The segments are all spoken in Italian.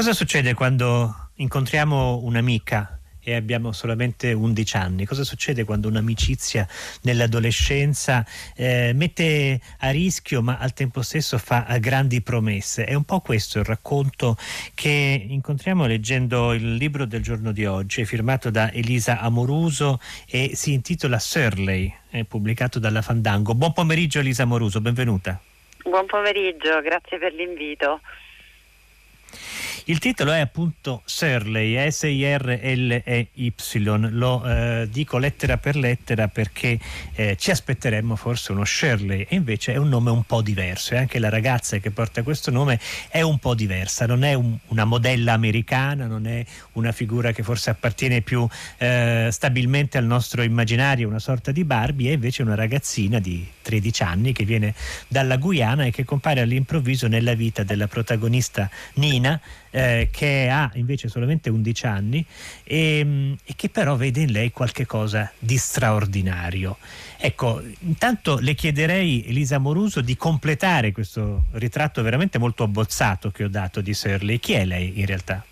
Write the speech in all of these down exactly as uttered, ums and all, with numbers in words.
Cosa succede quando incontriamo un'amica e abbiamo solamente undici anni? Cosa succede quando un'amicizia nell'adolescenza eh, mette a rischio ma al tempo stesso fa grandi promesse? È un po' questo il racconto che incontriamo leggendo il libro del giorno di oggi, è firmato da Elisa Amoruso e si intitola Shirley, è pubblicato dalla Fandango. Buon pomeriggio Elisa Amoruso, benvenuta. Buon pomeriggio, grazie per l'invito. Il titolo è appunto Shirley, S I R L E Y, lo eh, dico lettera per lettera perché eh, ci aspetteremmo forse uno Shirley e invece è un nome un po' diverso e anche la ragazza che porta questo nome è un po' diversa, non è un, una modella americana, non è una figura che forse appartiene più eh, stabilmente al nostro immaginario, una sorta di Barbie, è invece una ragazzina di tredici anni che viene dalla Guyana e che compare all'improvviso nella vita della protagonista Nina, Eh, che ha invece solamente undici anni e, e che però vede in lei qualche cosa di straordinario. Ecco, intanto le chiederei, Elisa Amoruso, di completare questo ritratto veramente molto abbozzato che ho dato di Shirley. Chi è lei in realtà?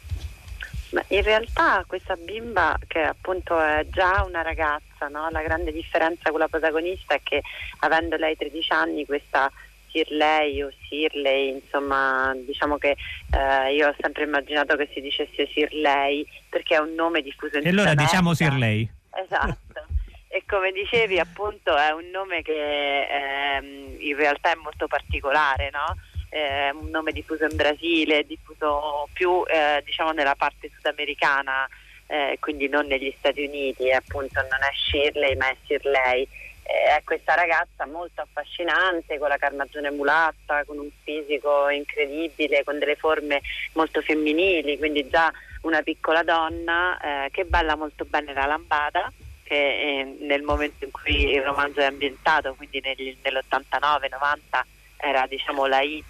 Ma in realtà questa bimba, che appunto è già una ragazza, no? La grande differenza con la protagonista è che avendo lei tredici anni, questa Shirley o Shirley, insomma, diciamo che eh, io ho sempre immaginato che si dicesse Shirley perché è un nome diffuso in e allora tutta diciamo America. Shirley. Esatto. E come dicevi, appunto, è un nome che ehm, in realtà è molto particolare, no? È un nome diffuso in Brasile, diffuso più eh, diciamo nella parte sudamericana, eh, quindi non negli Stati Uniti, appunto non è Shirley ma è Shirley. È questa ragazza molto affascinante, con la carnagione mulatta, con un fisico incredibile, con delle forme molto femminili, quindi già una piccola donna eh, che balla molto bene la lambada, che eh, nel momento in cui il romanzo è ambientato, quindi nel, nell'ottantanove novanta, era diciamo la hit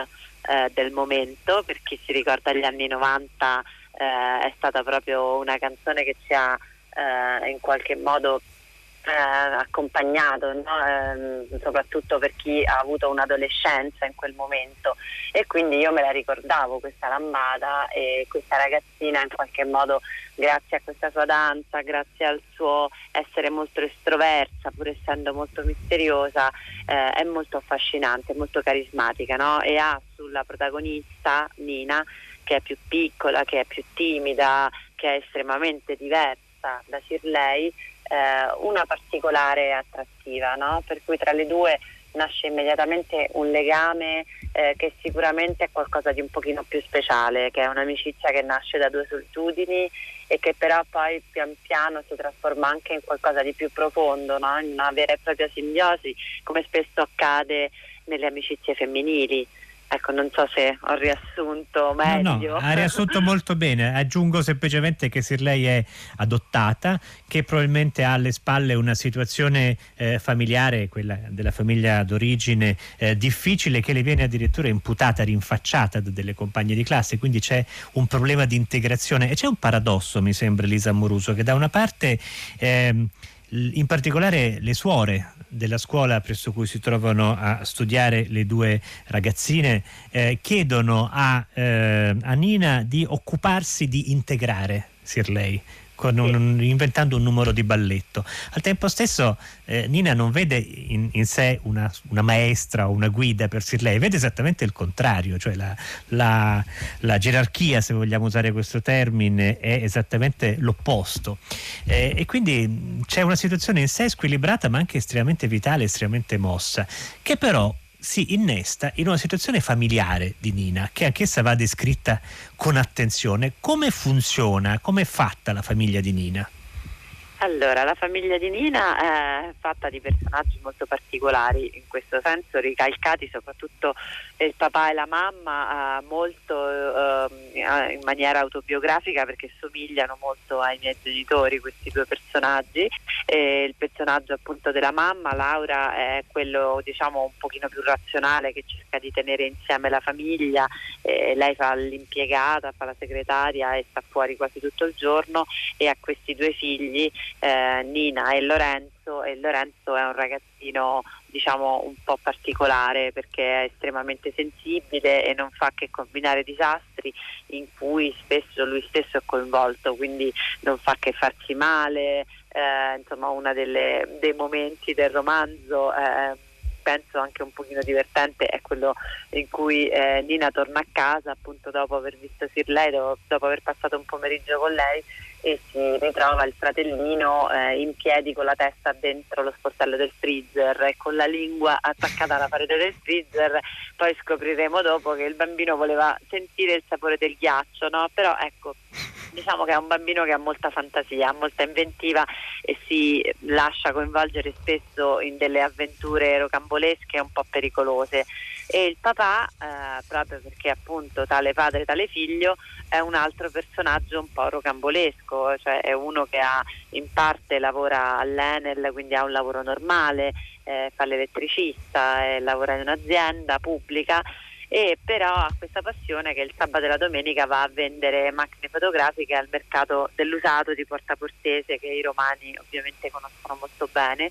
eh, del momento. Per chi si ricorda gli anni novanta, eh, è stata proprio una canzone che ci ha eh, in qualche modo Eh, accompagnato, no? eh, soprattutto per chi ha avuto un'adolescenza in quel momento, e quindi io me la ricordavo questa lambada e questa ragazzina in qualche modo, grazie a questa sua danza, grazie al suo essere molto estroversa pur essendo molto misteriosa, eh, è molto affascinante, molto carismatica, no? E ha sulla protagonista Nina, che è più piccola, che è più timida, che è estremamente diversa da Shirley, Eh, una particolare attrattiva, no? Per cui tra le due nasce immediatamente un legame eh, che sicuramente è qualcosa di un pochino più speciale, che è un'amicizia che nasce da due solitudini e che però poi pian piano si trasforma anche in qualcosa di più profondo, no? In una vera e propria simbiosi, come spesso accade nelle amicizie femminili. Ecco, non so se ho riassunto meglio. No, no, ha riassunto molto bene. Aggiungo semplicemente che Shirley è adottata, che probabilmente ha alle spalle una situazione eh, familiare, quella della famiglia d'origine, eh, difficile, che le viene addirittura imputata, rinfacciata da delle compagne di classe, quindi c'è un problema di integrazione e c'è un paradosso, mi sembra, Elisa Amoruso, che da una parte ehm, in particolare le suore della scuola presso cui si trovano a studiare le due ragazzine eh, chiedono a, eh, a Nina di occuparsi di integrare Shirley con un, inventando un numero di balletto. Al tempo stesso eh, Nina non vede in, in sé una, una maestra o una guida per Shirley, vede esattamente il contrario, cioè la, la, la gerarchia, se vogliamo usare questo termine, è esattamente l'opposto, eh, e quindi c'è una situazione in sé squilibrata ma anche estremamente vitale, estremamente mossa, che però si innesta in una situazione familiare di Nina, che anch'essa va descritta con attenzione. Come funziona, come è fatta la famiglia di Nina? Allora, la famiglia di Nina è fatta di personaggi molto particolari, in questo senso ricalcati soprattutto il papà e la mamma, eh, molto eh, in maniera autobiografica, perché somigliano molto ai miei genitori questi due personaggi. E il personaggio appunto della mamma, Laura, è quello diciamo un pochino più razionale, che cerca di tenere insieme la famiglia. Eh, lei fa l'impiegata, fa la segretaria e sta fuori quasi tutto il giorno, e ha questi due figli, Eh, Nina e Lorenzo, e Lorenzo è un ragazzino diciamo un po' particolare, perché è estremamente sensibile e non fa che combinare disastri in cui spesso lui stesso è coinvolto, quindi non fa che farsi male. Eh, insomma, uno dei momenti del romanzo, eh, penso anche un pochino divertente, è quello in cui eh, Nina torna a casa appunto dopo aver visto Sir Lei, dopo, dopo aver passato un pomeriggio con lei, e si ritrova il fratellino eh, in piedi con la testa dentro lo sportello del freezer e con la lingua attaccata alla parete del freezer. Poi scopriremo dopo che il bambino voleva sentire il sapore del ghiaccio, no? Però ecco, diciamo che è un bambino che ha molta fantasia, molta inventiva e si lascia coinvolgere spesso in delle avventure rocambolesche e un po' pericolose. E il papà, eh, proprio perché appunto tale padre tale figlio, è un altro personaggio un po' rocambolesco, cioè è uno che ha in parte lavora all'Enel, quindi ha un lavoro normale, eh, fa l'elettricista, eh, lavora in un'azienda pubblica, e però ha questa passione che il sabato e la domenica va a vendere macchine fotografiche al mercato dell'usato di Porta Portese, che i romani ovviamente conoscono molto bene,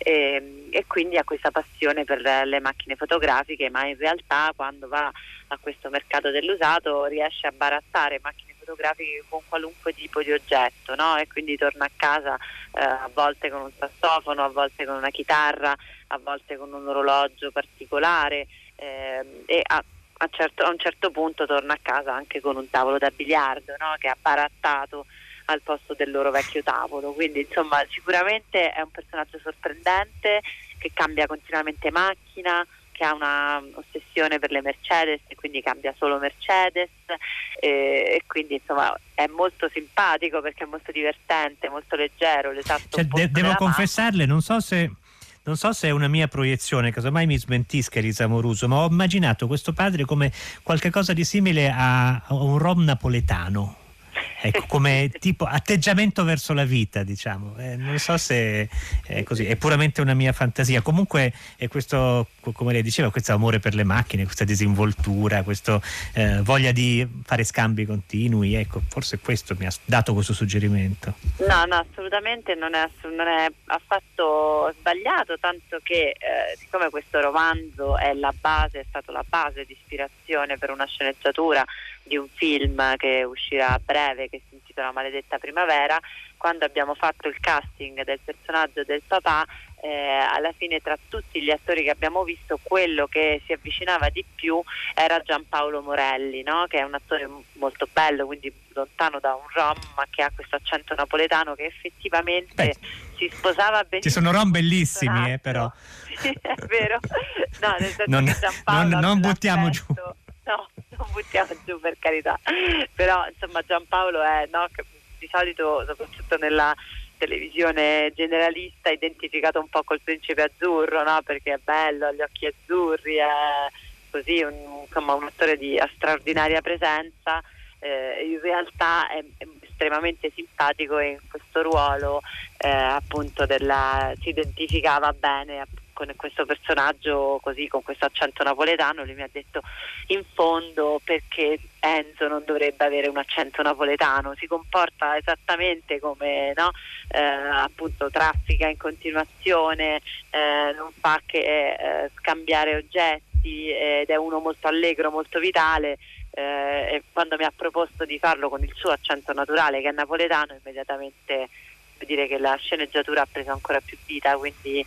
e, e quindi ha questa passione per le macchine fotografiche, ma in realtà quando va a questo mercato dell'usato riesce a barattare macchine fotografiche con qualunque tipo di oggetto, no? E quindi torna a casa eh, a volte con un sassofono, a volte con una chitarra, a volte con un orologio particolare, eh, e a, a, certo, a un certo punto torna a casa anche con un tavolo da biliardo, no? Che ha barattato al posto del loro vecchio tavolo. Quindi insomma sicuramente è un personaggio sorprendente, che cambia continuamente macchina, che ha una ossessione per le Mercedes e quindi cambia solo Mercedes, e, e quindi insomma è molto simpatico perché è molto divertente, molto leggero, l'esatto cioè, de- devo confessarle, non so se non so se è una mia proiezione, casomai mi smentisca Elisa Amoruso, ma ho immaginato questo padre come qualche cosa di simile a, a un rom napoletano. Ecco, come tipo atteggiamento verso la vita, diciamo. Eh, non so se è così, è puramente una mia fantasia. Comunque è questo, come lei diceva, questo amore per le macchine, questa disinvoltura, questa eh, voglia di fare scambi continui. Ecco, forse questo mi ha dato questo suggerimento. No, no, assolutamente non è, non è affatto sbagliato, tanto che eh, siccome questo romanzo è la base, è stato la base di ispirazione per una sceneggiatura di un film che uscirà a breve, che si intitola Maledetta Primavera, quando abbiamo fatto il casting del personaggio del papà, eh, alla fine tra tutti gli attori che abbiamo visto quello che si avvicinava di più era Giampaolo Morelli, no? Che è un attore molto bello, quindi lontano da un rom, ma che ha questo accento napoletano che effettivamente Beh, si sposava benissimo. Ci sono rom bellissimi, eh, però sì, è vero. No, nel senso non, che Giampaolo non, non buttiamo giù. No, non buttiamo giù, per carità, però insomma Giampaolo è, no, che di solito soprattutto nella televisione generalista identificato un po' col principe azzurro, no? Perché è bello, ha gli occhi azzurri, è così un, insomma un attore di straordinaria presenza, eh, in realtà è, è estremamente simpatico e in questo ruolo eh, appunto della, si identificava bene con questo personaggio così, con questo accento napoletano. Lui mi ha detto in fondo perché Enzo non dovrebbe avere un accento napoletano, si comporta esattamente come, no? eh, appunto traffica in continuazione, eh, non fa che eh, scambiare oggetti ed è uno molto allegro, molto vitale, eh, e quando mi ha proposto di farlo con il suo accento naturale che è napoletano, immediatamente devo dire che la sceneggiatura ha preso ancora più vita, quindi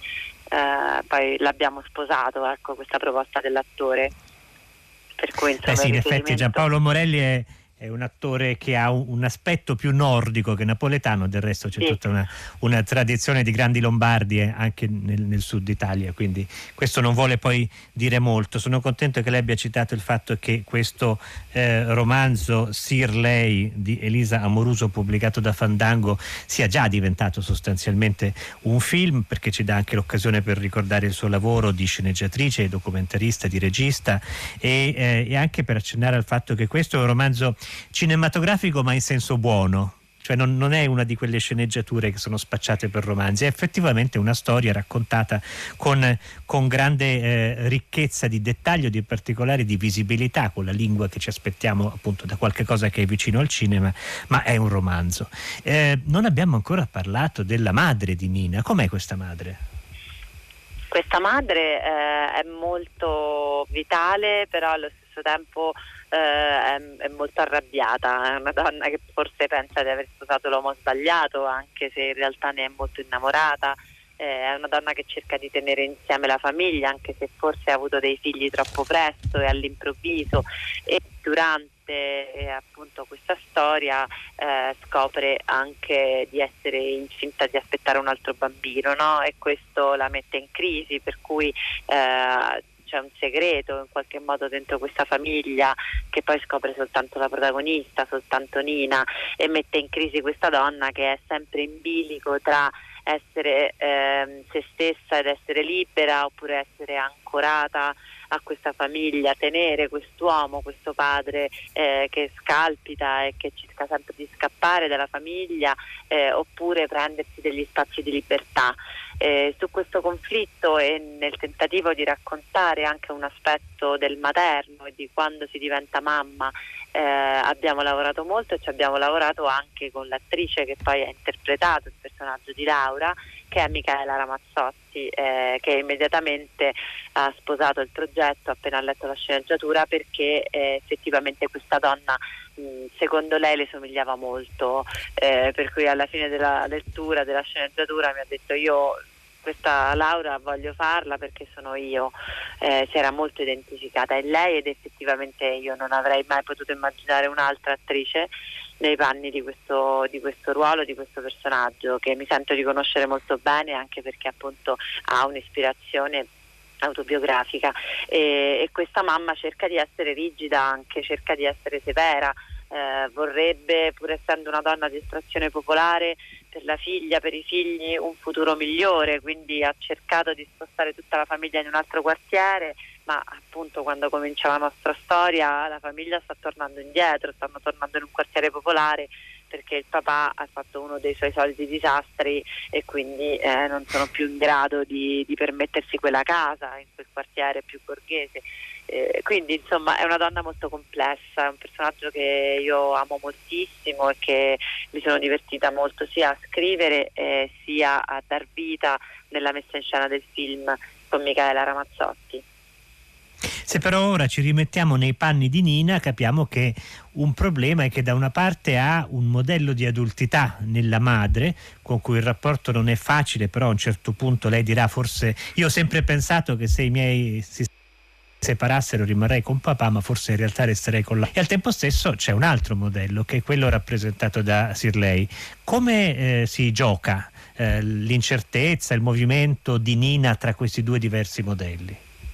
Uh, poi l'abbiamo sposato, ecco, questa proposta dell'attore, per cui insomma, eh sì, in riferimento... effetti Giampaolo Morelli è, è un attore che ha un, un aspetto più nordico che napoletano, del resto c'è sì. tutta una, una tradizione di grandi lombardi anche nel, nel sud Italia, quindi questo non vuole poi dire molto. Sono contento che lei abbia citato il fatto che questo eh, romanzo Sir Lei di Elisa Amoruso, pubblicato da Fandango, sia già diventato sostanzialmente un film, perché ci dà anche l'occasione per ricordare il suo lavoro di sceneggiatrice, di documentarista, di regista, e, eh, e anche per accennare al fatto che questo è un romanzo cinematografico ma in senso buono, cioè non, non è una di quelle sceneggiature che sono spacciate per romanzi, è effettivamente una storia raccontata con, con grande eh, ricchezza di dettaglio, di particolari, di visibilità, con la lingua che ci aspettiamo appunto da qualche cosa che è vicino al cinema, ma è un romanzo. Eh, non abbiamo ancora parlato della madre di Nina. Com'è questa madre? Questa madre eh, è molto vitale, però allo stesso tempo eh, è, è molto arrabbiata, è una donna che forse pensa di aver sposato l'uomo sbagliato, anche se in realtà ne è molto innamorata. Eh, è una donna che cerca di tenere insieme la famiglia, anche se forse ha avuto dei figli troppo presto e all'improvviso, e durante eh, appunto questa storia eh, scopre anche di essere incinta, di aspettare un altro bambino, no? E questo la mette in crisi, per cui eh, c'è un segreto in qualche modo dentro questa famiglia che poi scopre soltanto la protagonista, soltanto Nina, e mette in crisi questa donna che è sempre in bilico tra essere eh, se stessa ed essere libera, oppure essere ancorata a questa famiglia, tenere quest'uomo, questo padre eh, che scalpita e che cerca sempre di scappare dalla famiglia, eh, oppure prendersi degli spazi di libertà. Eh, su questo conflitto e nel tentativo di raccontare anche un aspetto del materno e di quando si diventa mamma, eh, abbiamo lavorato molto, e ci abbiamo lavorato anche con l'attrice che poi ha interpretato il personaggio di Laura, che è Micaela Ramazzotti, eh, che immediatamente ha sposato il progetto appena ha letto la sceneggiatura, perché eh, effettivamente questa donna mh, secondo lei le somigliava molto, eh, per cui alla fine della lettura della sceneggiatura mi ha detto: io questa Laura voglio farla perché sono io. Eh, si era molto identificata in lei, ed effettivamente io non avrei mai potuto immaginare un'altra attrice nei panni di questo, di questo ruolo, di questo personaggio, che mi sento di conoscere molto bene, anche perché appunto ha un'ispirazione autobiografica, e, e questa mamma cerca di essere rigida, anche cerca di essere severa, eh, vorrebbe, pur essendo una donna di estrazione popolare, per la figlia, per i figli un futuro migliore, quindi ha cercato di spostare tutta la famiglia in un altro quartiere, ma appunto quando comincia la nostra storia la famiglia sta tornando indietro, stanno tornando in un quartiere popolare, perché il papà ha fatto uno dei suoi soliti disastri e quindi eh, non sono più in grado di, di permettersi quella casa in quel quartiere più borghese. Eh, quindi insomma è una donna molto complessa, è un personaggio che io amo moltissimo e che mi sono divertita molto sia a scrivere eh, sia a dar vita nella messa in scena del film con Micaela Ramazzotti. Se però ora ci rimettiamo nei panni di Nina, capiamo che un problema è che da una parte ha un modello di adultità nella madre, con cui il rapporto non è facile, però a un certo punto lei dirà: forse io ho sempre pensato che se i miei si separassero rimarrei con papà, ma forse in realtà resterei con lei. E al tempo stesso c'è un altro modello, che è quello rappresentato da Shirley. Come eh, si gioca eh, l'incertezza, il movimento di Nina tra questi due diversi modelli?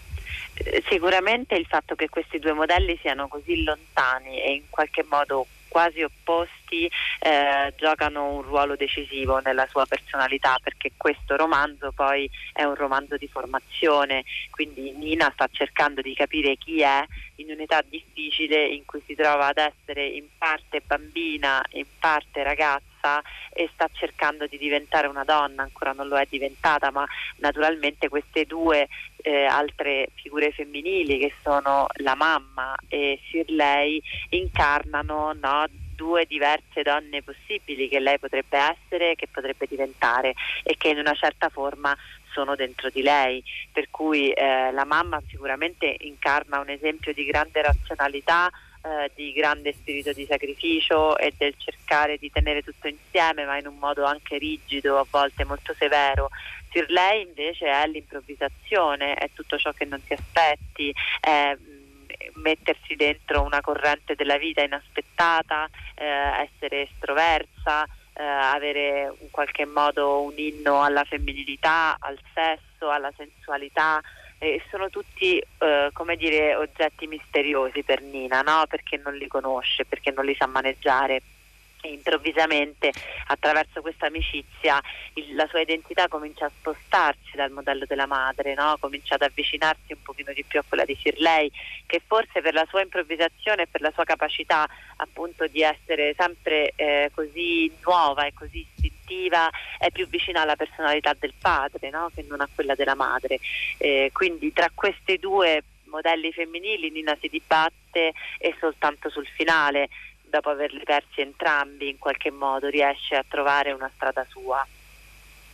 Sicuramente il fatto che questi due modelli siano così lontani e in qualche modo quasi opposti eh, giocano un ruolo decisivo nella sua personalità, perché questo romanzo poi è un romanzo di formazione, quindi Nina sta cercando di capire chi è in un'età difficile in cui si trova ad essere in parte bambina, in parte ragazza, e sta cercando di diventare una donna. Ancora non lo è diventata, ma naturalmente queste due eh, altre figure femminili, che sono la mamma e Shirley, incarnano, no, due diverse donne possibili che lei potrebbe essere, che potrebbe diventare, e che in una certa forma sono dentro di lei, per cui eh, la mamma sicuramente incarna un esempio di grande razionalità, eh, di grande spirito di sacrificio e del cercare di tenere tutto insieme, ma in un modo anche rigido, a volte molto severo. Shirley invece è l'improvvisazione, è tutto ciò che non ti aspetti, è mettersi dentro una corrente della vita inaspettata, eh, essere estroversa, eh, avere in qualche modo un inno alla femminilità, al sesso, alla sensualità. Eh, sono tutti eh, come dire oggetti misteriosi per Nina, no? Perché non li conosce, perché non li sa maneggiare. E improvvisamente, attraverso questa amicizia, il, la sua identità comincia a spostarsi dal modello della madre, no? Comincia ad avvicinarsi un pochino di più a quella di Shirley, che forse per la sua improvvisazione e per la sua capacità appunto di essere sempre eh, così nuova e così istintiva, è più vicina alla personalità del padre, no? Che non a quella della madre. Eh, quindi tra questi due modelli femminili Nina si dibatte, e soltanto sul finale, dopo averli persi entrambi, in qualche modo riesce a trovare una strada sua.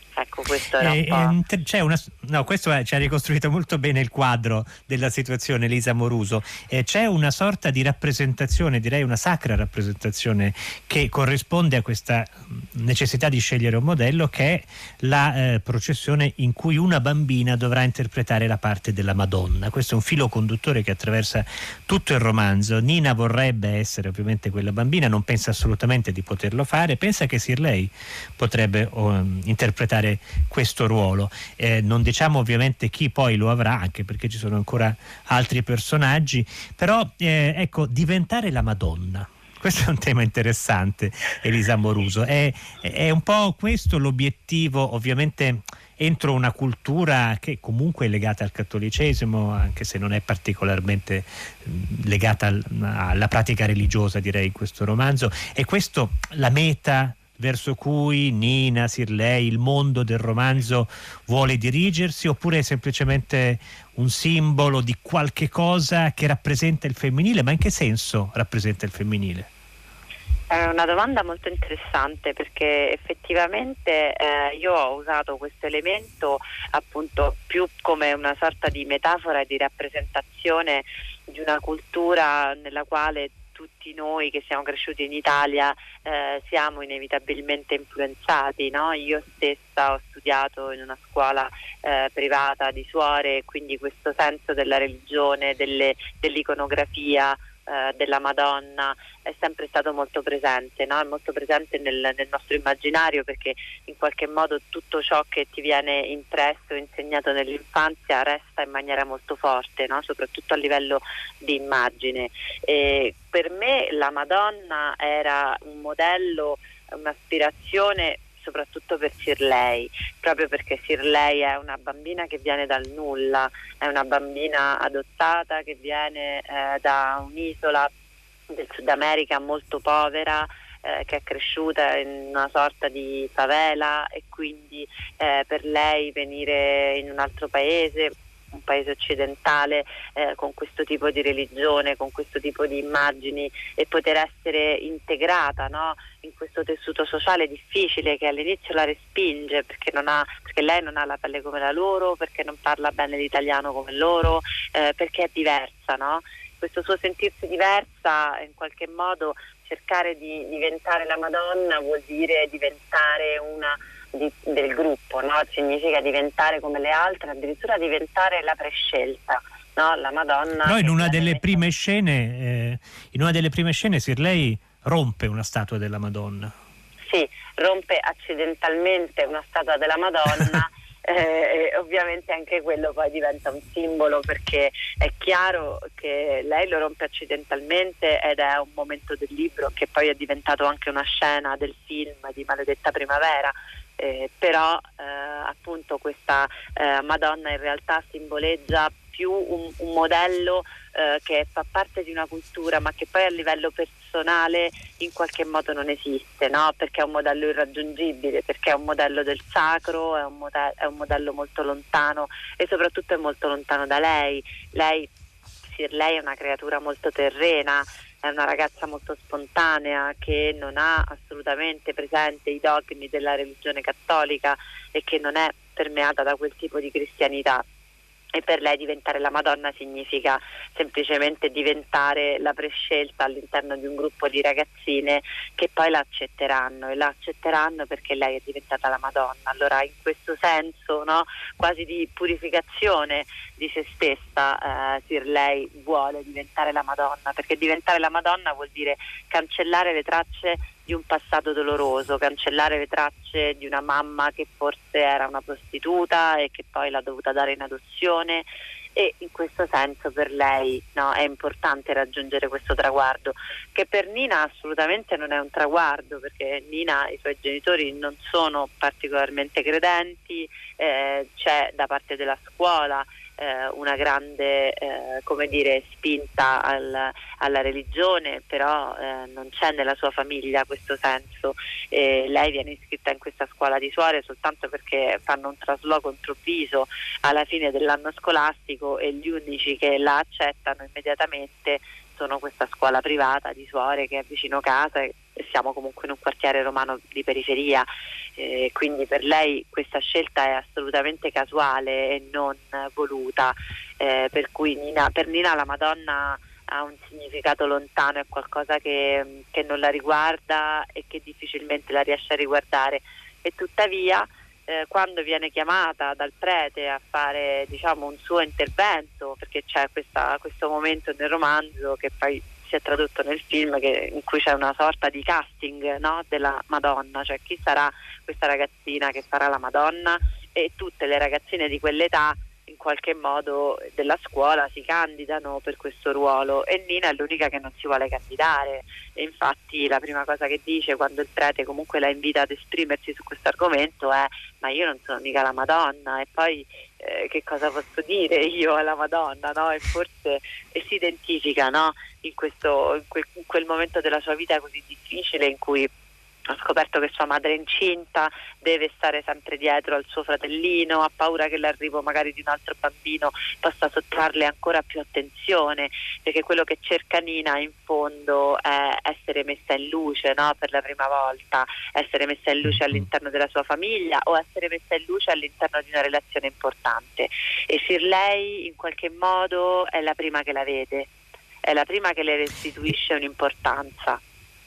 Ecco, questo era un Eh, po'. eh, c'è una, no, questo è, ci ha ricostruito molto bene il quadro della situazione, Elisa Moruso. Eh, c'è una sorta di rappresentazione, direi una sacra rappresentazione, che corrisponde a questa necessità di scegliere un modello, che è la eh, processione in cui una bambina dovrà interpretare la parte della Madonna. Questo è un filo conduttore che attraversa tutto il romanzo. Nina vorrebbe essere ovviamente quella bambina, non pensa assolutamente di poterlo fare, pensa che Sir Lei potrebbe um, interpretare questo ruolo. Eh, non diciamo ovviamente chi poi lo avrà, anche perché ci sono ancora altri personaggi, però eh, ecco, diventare la Madonna. Questo è un tema interessante, Elisa Moruso. È, è un po' questo l'obiettivo, ovviamente entro una cultura che comunque è legata al cattolicesimo, anche se non è particolarmente legata al, alla pratica religiosa, direi, in questo romanzo. È questo la meta verso cui Nina, Sir Lei, il mondo del romanzo vuole dirigersi, oppure è semplicemente un simbolo di qualche cosa che rappresenta il femminile? Ma in che senso rappresenta il femminile? È una domanda molto interessante, perché effettivamente eh, io ho usato questo elemento appunto più come una sorta di metafora e di rappresentazione di una cultura nella quale tutti noi che siamo cresciuti in Italia eh, siamo inevitabilmente influenzati, no? Io stessa ho studiato in una scuola eh, privata di suore, quindi questo senso della religione, delle, dell'iconografia, eh, della Madonna è sempre stato molto presente, no? È molto presente nel, nel nostro immaginario, perché in qualche modo tutto ciò che ti viene impresso, insegnato nell'infanzia resta in maniera molto forte, no? Soprattutto a livello di immagine. E per me la Madonna era un modello, un'aspirazione soprattutto per Sir Lei, proprio perché Sir Lei è una bambina che viene dal nulla, è una bambina adottata che viene eh, da un'isola del Sud America molto povera, eh, che è cresciuta in una sorta di favela, e quindi eh, per lei venire in un altro paese, un paese occidentale, eh, con questo tipo di religione, con questo tipo di immagini, e poter essere integrata, no, in questo tessuto sociale difficile che all'inizio la respinge, perché, non ha, perché lei non ha la pelle come la loro, perché non parla bene l'italiano come loro, eh, perché è diversa, no? Questo suo sentirsi diversa, in qualche modo cercare di diventare la Madonna vuol dire diventare una Di, del gruppo, no? Significa diventare come le altre, addirittura diventare la prescelta, no? La Madonna. Però in una delle prime scene, eh, in una delle prime scene Sir Lei rompe una statua della Madonna. Sì, rompe accidentalmente una statua della Madonna. Eh, e ovviamente anche quello poi diventa un simbolo, perché è chiaro che lei lo rompe accidentalmente ed è un momento del libro che poi è diventato anche una scena del film di Maledetta Primavera. Eh, però eh, appunto questa eh, Madonna in realtà simboleggia più un, un modello eh, che fa parte di una cultura, ma che poi a livello personale in qualche modo non esiste, no? Perché è un modello irraggiungibile, perché è un modello del sacro, è un, modello, è un modello molto lontano, e soprattutto è molto lontano da lei. Lei, Sir Lei è una creatura molto terrena, è una ragazza molto spontanea, che non ha assolutamente presente i dogmi della religione cattolica e che non è permeata da quel tipo di cristianità. E per lei diventare la Madonna significa semplicemente diventare la prescelta all'interno di un gruppo di ragazzine che poi la accetteranno, e la accetteranno perché lei è diventata la Madonna. Allora in questo senso, no, quasi di purificazione di se stessa, eh, Sir Lei vuole diventare la Madonna, perché diventare la Madonna vuol dire cancellare le tracce di un passato doloroso, cancellare le tracce di una mamma che forse era una prostituta e che poi l'ha dovuta dare in adozione, e in questo senso per lei, no, è importante raggiungere questo traguardo, che per Nina assolutamente non è un traguardo, perché Nina, i suoi genitori non sono particolarmente credenti, eh, c'è da parte della scuola eh, una grande eh, come dire spinta al, alla religione, però eh, non c'è nella sua famiglia questo senso. Eh, lei viene iscritta in questa scuola di suore soltanto perché fanno un trasloco improvviso alla fine dell'anno scolastico, e gli unici che la accettano immediatamente sono questa scuola privata di suore che è vicino casa, e siamo comunque in un quartiere romano di periferia, eh, quindi per lei questa scelta è assolutamente casuale e non voluta, eh, per cui Nina, per Nina la Madonna ha un significato lontano, è qualcosa che, che non la riguarda e che difficilmente la riesce a riguardare, e tuttavia eh, quando viene chiamata dal prete a fare, diciamo, un suo intervento, perché c'è questa, questo momento nel romanzo che poi si è tradotto nel film, che, in cui c'è una sorta di casting, no, della Madonna, cioè chi sarà questa ragazzina che farà la Madonna, e tutte le ragazzine di quell'età in qualche modo della scuola si candidano per questo ruolo, e Nina è l'unica che non si vuole candidare, e infatti la prima cosa che dice quando il prete comunque la invita ad esprimersi su questo argomento è: ma io non sono mica la Madonna, e poi eh, che cosa posso dire io alla Madonna, no? E forse e si identifica, no? in questo in quel, in quel momento della sua vita così difficile, in cui ha scoperto che sua madre è incinta, deve stare sempre dietro al suo fratellino, ha paura che l'arrivo magari di un altro bambino possa sottrarle ancora più attenzione, perché quello che cerca Nina in fondo è essere messa in luce, no? Per la prima volta, essere messa in luce all'interno della sua famiglia o essere messa in luce all'interno di una relazione importante, e Shirley in qualche modo è la prima che la vede, è la prima che le restituisce un'importanza.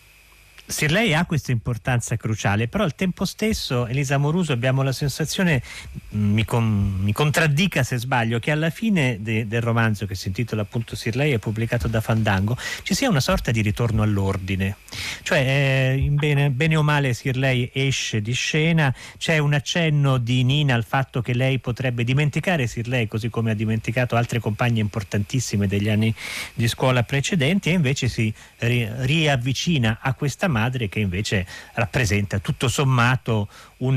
Shirley ha questa importanza cruciale, però al tempo stesso, Elisa Amoruso, abbiamo la sensazione, mi, con, mi contraddica se sbaglio, che alla fine de, del romanzo, che si intitola appunto Shirley, è pubblicato da Fandango, ci sia una sorta di ritorno all'ordine, cioè eh, in bene, bene o male Shirley esce di scena, c'è un accenno di Nina al fatto che lei potrebbe dimenticare Shirley, così come ha dimenticato altre compagne importantissime degli anni di scuola precedenti, e invece si ri, riavvicina a questa madre che invece rappresenta tutto sommato un,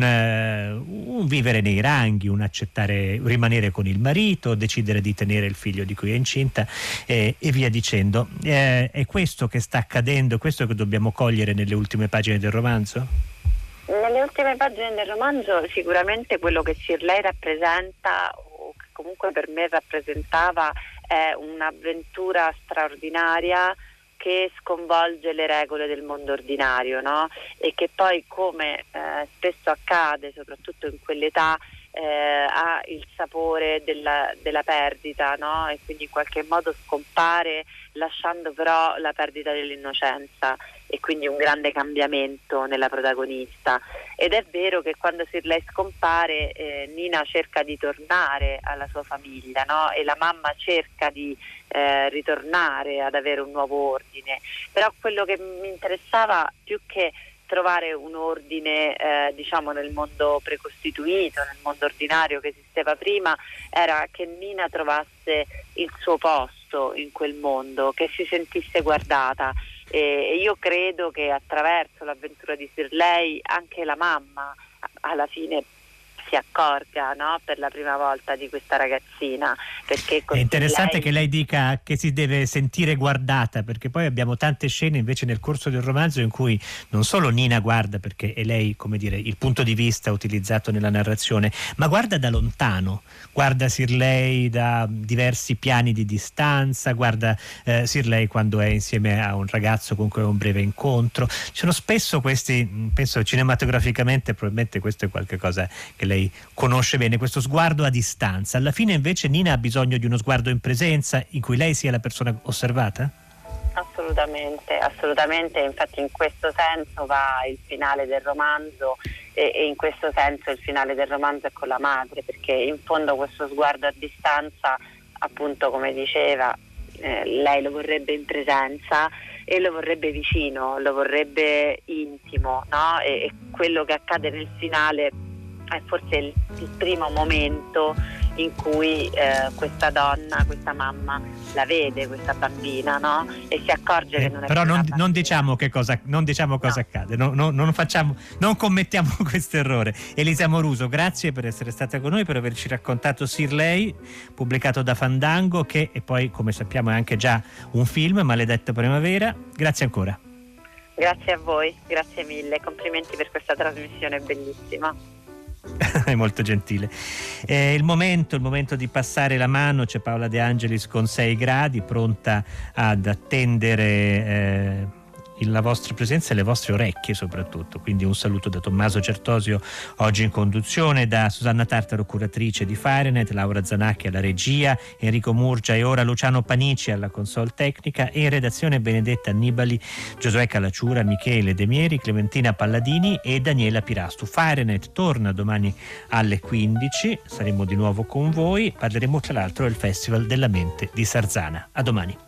uh, un vivere nei ranghi, un accettare, rimanere con il marito, decidere di tenere il figlio di cui è incinta, eh, e via dicendo. Eh, è questo che sta accadendo, questo che dobbiamo cogliere nelle ultime pagine del romanzo? Nelle ultime pagine del romanzo sicuramente quello che Shirley rappresenta, o che comunque per me rappresentava, è un'avventura straordinaria che sconvolge le regole del mondo ordinario, no? E che poi, come eh, spesso accade, soprattutto in quell'età, eh, ha il sapore della, della perdita, no? E quindi in qualche modo scompare, lasciando però la perdita dell'innocenza, e quindi un grande cambiamento nella protagonista. Ed è vero che quando Shirley scompare, eh, Nina cerca di tornare alla sua famiglia, no? E la mamma cerca di eh, ritornare ad avere un nuovo ordine, però quello che mi interessava più che trovare un ordine eh, diciamo nel mondo precostituito, nel mondo ordinario che esisteva prima, era che Nina trovasse il suo posto in quel mondo, che si sentisse guardata, e io credo che attraverso l'avventura di Shirley anche la mamma alla fine si accorga, no? Per la prima volta di questa ragazzina, perché è interessante lei... che lei dica che si deve sentire guardata, perché poi abbiamo tante scene invece nel corso del romanzo in cui non solo Nina guarda, perché è lei, come dire, il punto di vista utilizzato nella narrazione, ma guarda da lontano, guarda Shirley da diversi piani di distanza, guarda eh, Shirley quando è insieme a un ragazzo con cui ha un breve incontro. Ci sono spesso questi, penso cinematograficamente probabilmente questo è qualcosa che lei conosce bene, questo sguardo a distanza. Alla fine invece Nina ha bisogno di uno sguardo in presenza, in cui lei sia la persona osservata? Assolutamente, assolutamente, infatti in questo senso va il finale del romanzo, e, e in questo senso il finale del romanzo è con la madre, perché in fondo questo sguardo a distanza, appunto come diceva, eh, lei lo vorrebbe in presenza e lo vorrebbe vicino, lo vorrebbe intimo, no? E, e quello che accade nel finale è forse il, il primo momento in cui eh, questa donna, questa mamma la vede, questa bambina, no? E si accorge eh, che non è però più non, una non diciamo che cosa, non diciamo cosa no. accade, no, no, non facciamo, non commettiamo questo errore. Elisa Amoruso, grazie per essere stata con noi, per averci raccontato Shirley, pubblicato da Fandango, che e poi come sappiamo è anche già un film, Maledetta Primavera. Grazie ancora. Grazie a voi, grazie mille, complimenti per questa trasmissione bellissima. È molto gentile. È il momento, il momento di passare la mano. C'è Paola De Angelis con sei gradi, pronta ad attendere eh, la vostra presenza e le vostre orecchie soprattutto. Quindi un saluto da Tommaso Certosio oggi in conduzione, da Susanna Tartaro curatrice di Fahrenheit, Laura Zanacchi alla regia, Enrico Murgia e ora Luciano Panici alla console tecnica, e in redazione Benedetta Annibali, Giosuè Calacciura, Michele Demieri, Clementina Palladini e Daniela Pirastu. Fahrenheit torna domani alle quindici, saremo di nuovo con voi, parleremo tra l'altro del Festival della Mente di Sarzana. A domani.